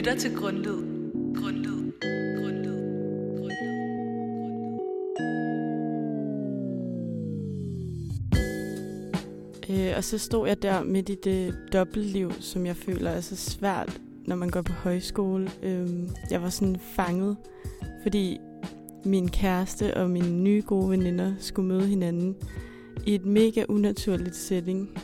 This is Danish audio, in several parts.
lytter til Grundlyd. Grundlyd. Grundlyd. Grundlyd. Og så stod jeg der midt i det dobbeltliv, som jeg føler er så svært, når man går på højskole. Jeg var sådan fanget, fordi min kæreste og mine nye gode veninder skulle møde hinanden i et mega unaturligt setting.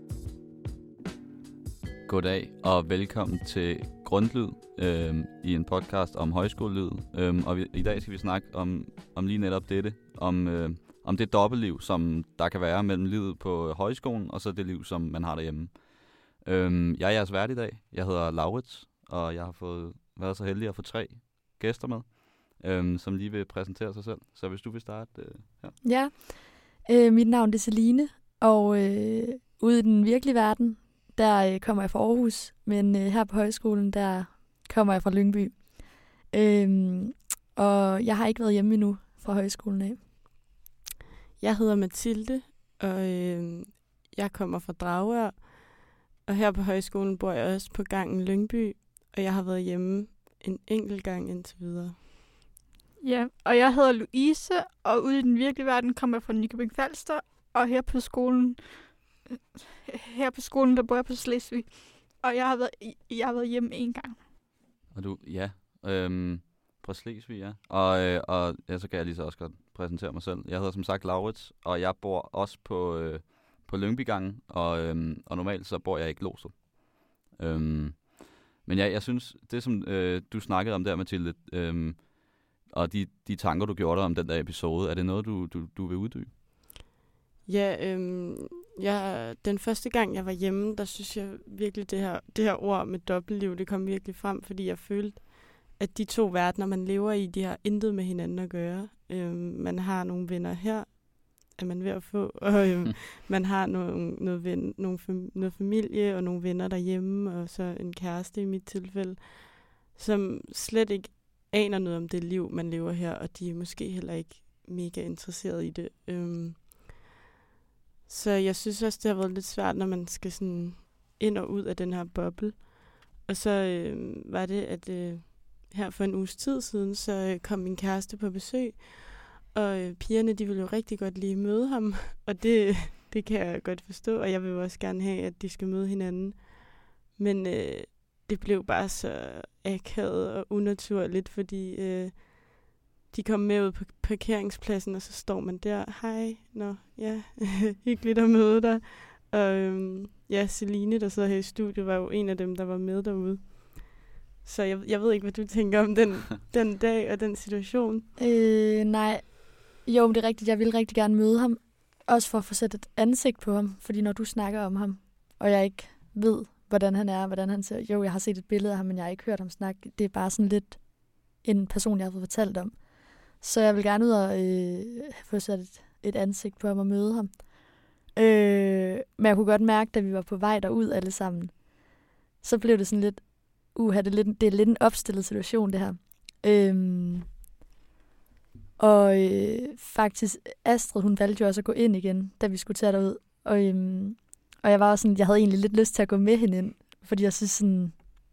Goddag og velkommen til Grundlyd i en podcast om højskolelyd. I dag skal vi snakke om lige netop dette, om det dobbeltliv, som der kan være mellem livet på højskolen og så det liv, som man har derhjemme. Jeg er jeres vært i dag. Jeg hedder Laurits, og jeg har været så heldig at få 3 gæster med, som lige vil præsentere sig selv. Så hvis du vil starte her. Ja, mit navn er Celine, og ude i den virkelige verden, der kommer jeg fra Aarhus, men her på højskolen, der kommer jeg fra Lyngby. Og jeg har ikke været hjemme endnu fra højskolen af. Jeg hedder Mathilde, og jeg kommer fra Dragør. Og her på højskolen bor jeg også på gangen Lyngby, og jeg har været hjemme en enkelt gang indtil videre. Ja, og jeg hedder Louise, og ude i den virkelige verden kommer jeg fra Nykøbing Falster, og her på skolen, der bor jeg på Slesvig, og jeg har været hjemme en gang. Og du, ja, fra Slesvig, ja. Og så kan jeg lige så også godt præsentere mig selv. Jeg hedder som sagt Laurits, og jeg bor også på Lyngbygangen, og normalt så bor jeg i Glostrup. Men ja, jeg synes, det som du snakkede om der, Mathilde, og de tanker, du gjorde dig om den der episode, er det noget, du vil uddybe? Ja, den første gang, jeg var hjemme, der synes jeg virkelig, det her ord med dobbeltliv, det kom virkelig frem, fordi jeg følte, at de 2 verdener, man lever i, de har intet med hinanden at gøre. Man har nogle venner her, er man ved at få, og man har noget familie og nogle venner derhjemme, og så en kæreste i mit tilfælde, som slet ikke aner noget om det liv, man lever her, og de er måske heller ikke mega interesseret i det. Så jeg synes også, det har været lidt svært, når man skal sådan ind og ud af den her boble. Og så var det, at her for en uges tid siden, så kom min kæreste på besøg, og pigerne, de ville jo rigtig godt lige møde ham, og det kan jeg godt forstå, og jeg vil også gerne have, at de skal møde hinanden. Men det blev bare så akavet og unaturligt, fordi de kom med ud på parkeringspladsen, og så står man der. Hej, hyggeligt at møde dig. Og Celine, der sidder her i studiet, var jo en af dem, der var med derude. Så jeg ved ikke, hvad du tænker om den dag og den situation. Nej, jo, men det er rigtigt. Jeg vil rigtig gerne møde ham. Også for at få sat et ansigt på ham. Fordi når du snakker om ham, og jeg ikke ved, hvordan han er, hvordan han ser. Jo, jeg har set et billede af ham, men jeg har ikke hørt ham snakke. Det er bare sådan lidt en person, jeg har fået fortalt om. Så jeg vil gerne ud og få sat et ansigt på ham og møde ham. Men jeg kunne godt mærke, da vi var på vej derud alle sammen, så blev det sådan lidt, det er lidt en opstillet situation, det her. Faktisk, Astrid, hun valgte jo også at gå ind igen, da vi skulle tage derud. Og jeg var også sådan, jeg havde egentlig lidt lyst til at gå med hende ind, fordi jeg synes sådan,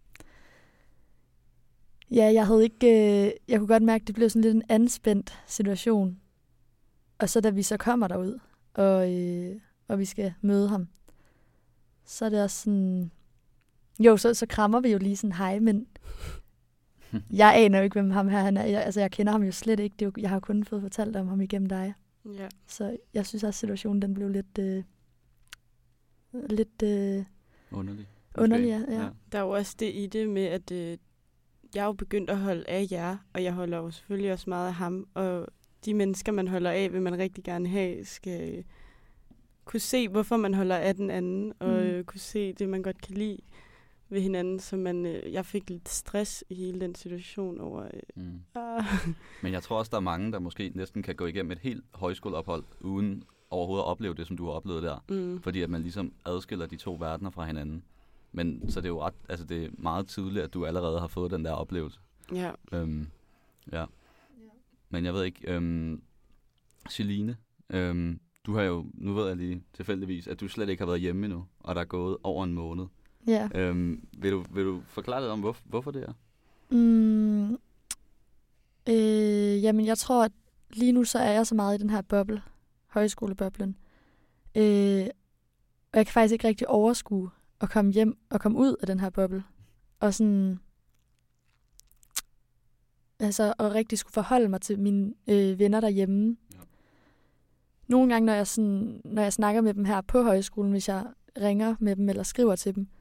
ja, jeg kunne godt mærke, at det blev sådan lidt en anspændt situation. Og så da vi så kommer derud, og vi skal møde ham, så er det også sådan, jo, så krammer vi jo lige sådan, hej, men jeg aner jo ikke, hvem ham her han er. Jeg kender ham jo slet ikke. Jeg har kun fået fortalt om ham igennem dig. Ja. Så jeg synes også, situationen den blev lidt Underlig. Ja. Der er jo også det i det med, at jeg er jo begyndt at holde af jer, og jeg holder jo selvfølgelig også meget af ham. Og de mennesker, man holder af, vil man rigtig gerne have, skal kunne se, hvorfor man holder af den anden, og kunne se det, man godt kan lide ved hinanden. Så jeg fik lidt stress i hele den situation over. Men jeg tror også, der er mange, der måske næsten kan gå igennem et helt højskoleophold, uden overhovedet at opleve det, som du har oplevet der. Fordi at man ligesom adskiller de 2 verdener fra hinanden. Men så det er jo det er meget tydeligt, at du allerede har fået den der oplevelse. Ja. Ja. Men jeg ved ikke, Celine, du har jo, nu ved jeg lige tilfældigvis, at du slet ikke har været hjemme endnu, og der er gået over en måned. Ja. Vil du forklare lidt om, hvorfor det er? Jamen, jeg tror, at lige nu så er jeg så meget i den her boble, højskoleboblen. Og jeg kan faktisk ikke rigtig overskue at komme hjem og komme ud af den her boble. Og sådan... Altså, og rigtig skulle forholde mig til mine venner derhjemme. Ja. Nogle gange, når jeg snakker med dem her på højskolen, hvis jeg ringer med dem eller skriver til dem,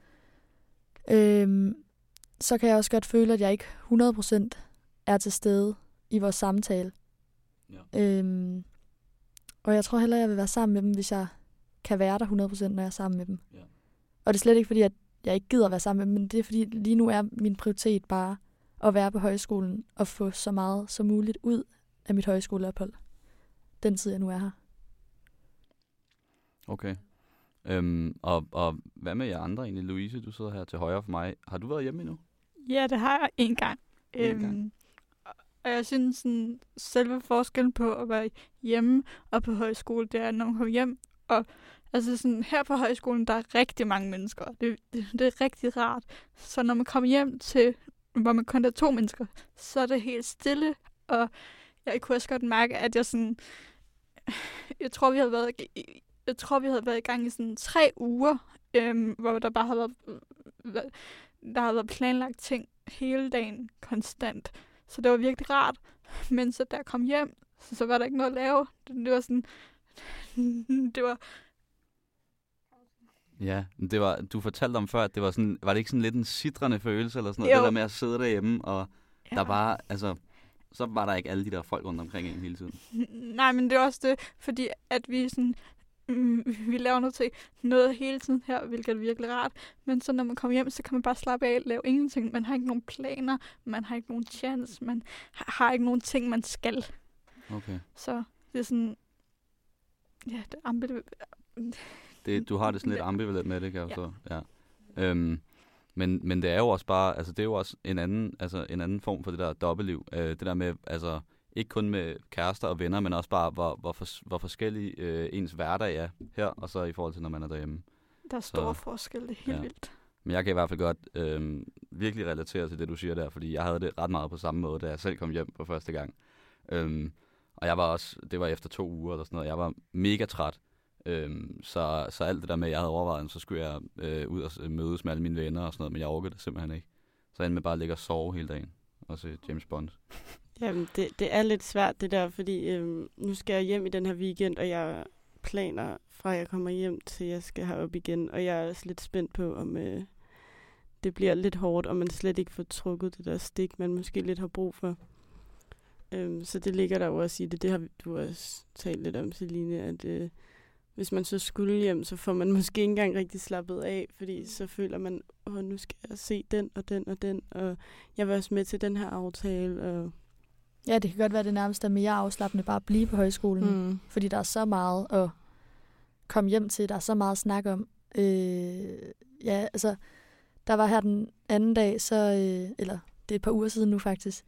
så kan jeg også godt føle, at jeg ikke 100% er til stede i vores samtale. Ja. Og jeg tror hellere, jeg vil være sammen med dem, hvis jeg kan være der 100%, når jeg er sammen med dem. Ja. Og det er slet ikke, fordi at jeg ikke gider at være sammen med dem, men det er, fordi lige nu er min prioritet bare at være på højskolen og få så meget som muligt ud af mit højskoleophold. Den tid, jeg nu er her. Okay. Og hvad med jer andre egentlig? Louise, du sidder her til højre for mig. Har du været hjemme endnu? Ja, det har jeg en gang. Og jeg synes, sådan, selve forskellen på at være hjemme og på højskole, det er, når man kommer hjem. Og altså sådan, her på højskolen, der er rigtig mange mennesker. Det er rigtig rart. Så når man kommer hjem til, hvor man kun er 2 mennesker, så er det helt stille. Og jeg kunne også godt mærke, at jeg sådan... Jeg tror, vi havde været i gang i sådan 3 uger, hvor der bare har været planlagt ting hele dagen konstant. Så det var virkelig rart. Men så da jeg kom hjem, så var der ikke noget at lave. Det var sådan... Det var... Ja, du fortalte om før, at det var sådan... Var det ikke sådan lidt en sitrende følelse, eller sådan noget? Jo. Det der med at sidde derhjemme, og der bare... Altså, så var der ikke alle de der folk rundt omkring en hele tiden. Nej, men det er også det, fordi at vi sådan... Vi laver noget hele tiden her, hvilket er virkelig rart. Men så når man kommer hjem, så kan man bare slappe af og lave ingenting. Man har ikke nogen planer, man har ikke nogen chance, man har ikke nogen ting, man skal. Okay. Så det er sådan... Ja, det er ambivalent. Du har det sådan lidt ambivalent med det, kan jeg forstå. Ja. Men det er jo også bare... Altså, det er jo også en anden form for det der dobbeltliv. Det der med... Altså, ikke kun med kærester og venner, men også bare, hvor forskellig ens hverdag er her, og så i forhold til, når man er derhjemme. Der er stor forskel, det er helt vildt. Men jeg kan i hvert fald godt virkelig relatere til det, du siger der, fordi jeg havde det ret meget på samme måde, da jeg selv kom hjem på første gang. Og jeg var også, det var efter 2 uger eller sådan noget, jeg var mega træt. Så alt det der med, jeg havde overvejet, så skulle jeg ud og mødes med alle mine venner og sådan noget, men jeg orkede det simpelthen ikke. Så jeg endte med bare at ligge og sove hele dagen og se James Bond. Jamen, det er lidt svært det der, fordi nu skal jeg hjem i den her weekend, og jeg planer fra jeg kommer hjem til jeg skal herop igen, og jeg er også lidt spændt på, om det bliver lidt hårdt, og man slet ikke får trukket det der stik, man måske lidt har brug for. Så det ligger der jo også i det. Det har du også talt lidt om, Celine, at hvis man så skulle hjem, så får man måske ikke engang rigtig slappet af, fordi så føler man, nu skal jeg se den og den og den, og jeg var også med til den her aftale, og ja, det kan godt være, det nærmest er mere afslappende bare at blive på højskolen. Fordi der er så meget at komme hjem til. Der er så meget at snakke om. Ja, altså, der var her den anden dag, så, eller det er et par uger siden nu faktisk.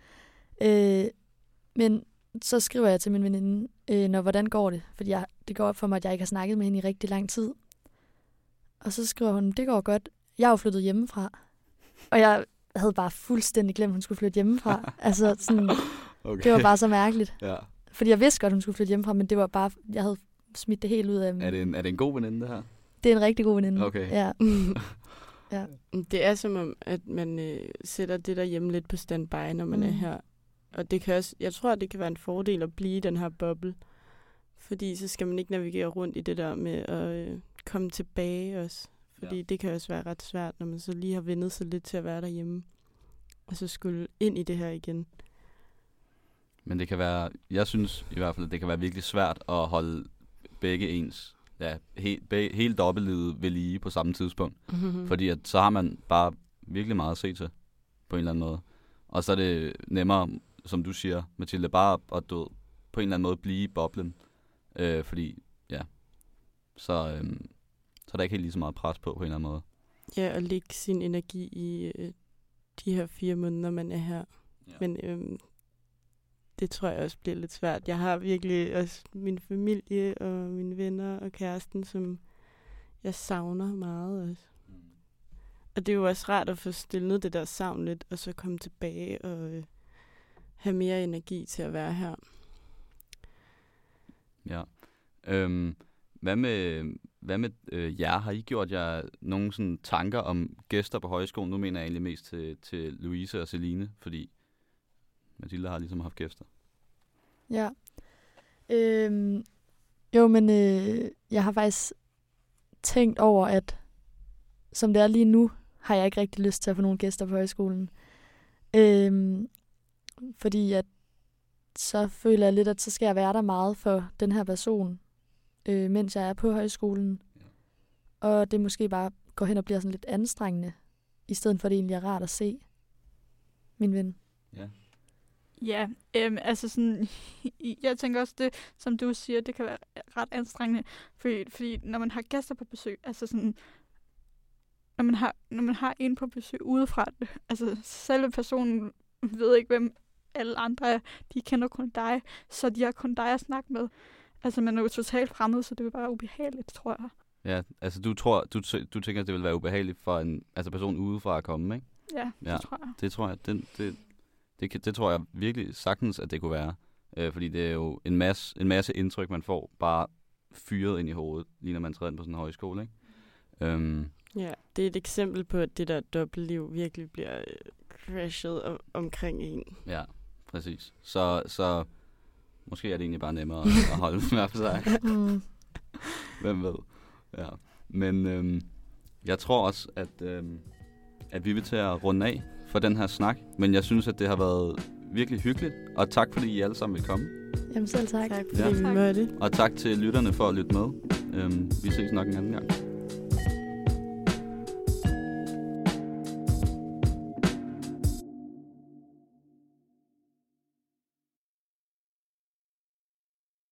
Men så skriver jeg til min veninde, hvordan går det? Fordi det går op for mig, at jeg ikke har snakket med hende i rigtig lang tid. Og så skriver hun, det går godt. Jeg er jo flyttet hjemmefra. Og jeg havde bare fuldstændig glemt, at hun skulle flytte hjemmefra. Altså sådan... Okay. Det var bare så mærkeligt. Ja. Fordi jeg vidste godt, hun skulle flytte hjemmefra, men det var bare, jeg havde smidt det helt ud af dem. Er det en god veninde, det her? Det er en rigtig god veninde. Okay. Ja. Ja. Det er som om, at man sætter det der hjemme lidt på standby, når man er her. Og det kan også, jeg tror, at det kan være en fordel at blive i den her boble. Fordi så skal man ikke navigere rundt i det der med at komme tilbage også. Fordi det kan også være ret svært, når man så lige har vendet sig lidt til at være derhjemme. Og så skulle ind i det her igen. Men det kan være, jeg synes i hvert fald, at det kan være virkelig svært at holde begge ens, hele dobbeltlivet ved lige på samme tidspunkt. Mm-hmm. Fordi at, så har man bare virkelig meget at se til, på en eller anden måde. Og så er det nemmere, som du siger, Mathilde, bare at på en eller anden måde blive i boblen. Fordi, ja, så er der ikke helt lige så meget pres på en eller anden måde. Ja, og lægge sin energi i de her 4 måneder, man er her. Ja. Men det tror jeg også bliver lidt svært. Jeg har virkelig også min familie og mine venner og kæresten, som jeg savner meget også. Og det er jo også rart at få stillet det der savn lidt, og så komme tilbage og have mere energi til at være her. Ja. Hvad med jer? Har I gjort jer nogle sådan tanker om gæster på højskolen? Nu mener jeg egentlig mest til Louise og Celine, fordi Mathilde har ligesom haft gæster. Ja. Jo, men jeg har faktisk tænkt over, at som det er lige nu, har jeg ikke rigtig lyst til at få nogle gæster på højskolen. Fordi at så føler jeg lidt, at så skal jeg være der meget for den her person, mens jeg er på højskolen. Ja. Og det måske bare går hen og bliver sådan lidt anstrengende, i stedet for at det egentlig er rart at se min ven. Ja. Ja, altså sådan, jeg tænker også det, som du siger, det kan være ret anstrengende, fordi når man har gæster på besøg, altså sådan, når man har en på besøg udefra, altså selve personen ved ikke, hvem alle andre er, de kender kun dig, så de har kun dig at snakke med. Altså man er jo totalt fremmed, så det vil bare være ubehageligt, tror jeg. Ja, altså du tænker, at det vil være ubehageligt for en person udefra at komme, ikke? Ja, det tror jeg. Det tror jeg, det tror jeg virkelig sagtens, at det kunne være. Fordi det er jo en masse indtryk, man får, bare fyret ind i hovedet, lige når man træder ind på sådan en højskole, ikke? Ja, det er et eksempel på, at det der dobbeltliv virkelig bliver crashet omkring en. Ja, præcis. Så måske er det egentlig bare nemmere at holde med for sig. Hvem ved? Ja. Men jeg tror også, at vi vil til at runde af for den her snak. Men jeg synes, at det har været virkelig hyggeligt. Og tak, fordi I alle sammen vil komme. Jamen selv tak. Tak, fordi vi måtte. Og tak til lytterne for at lytte med. Vi ses nok en anden gang.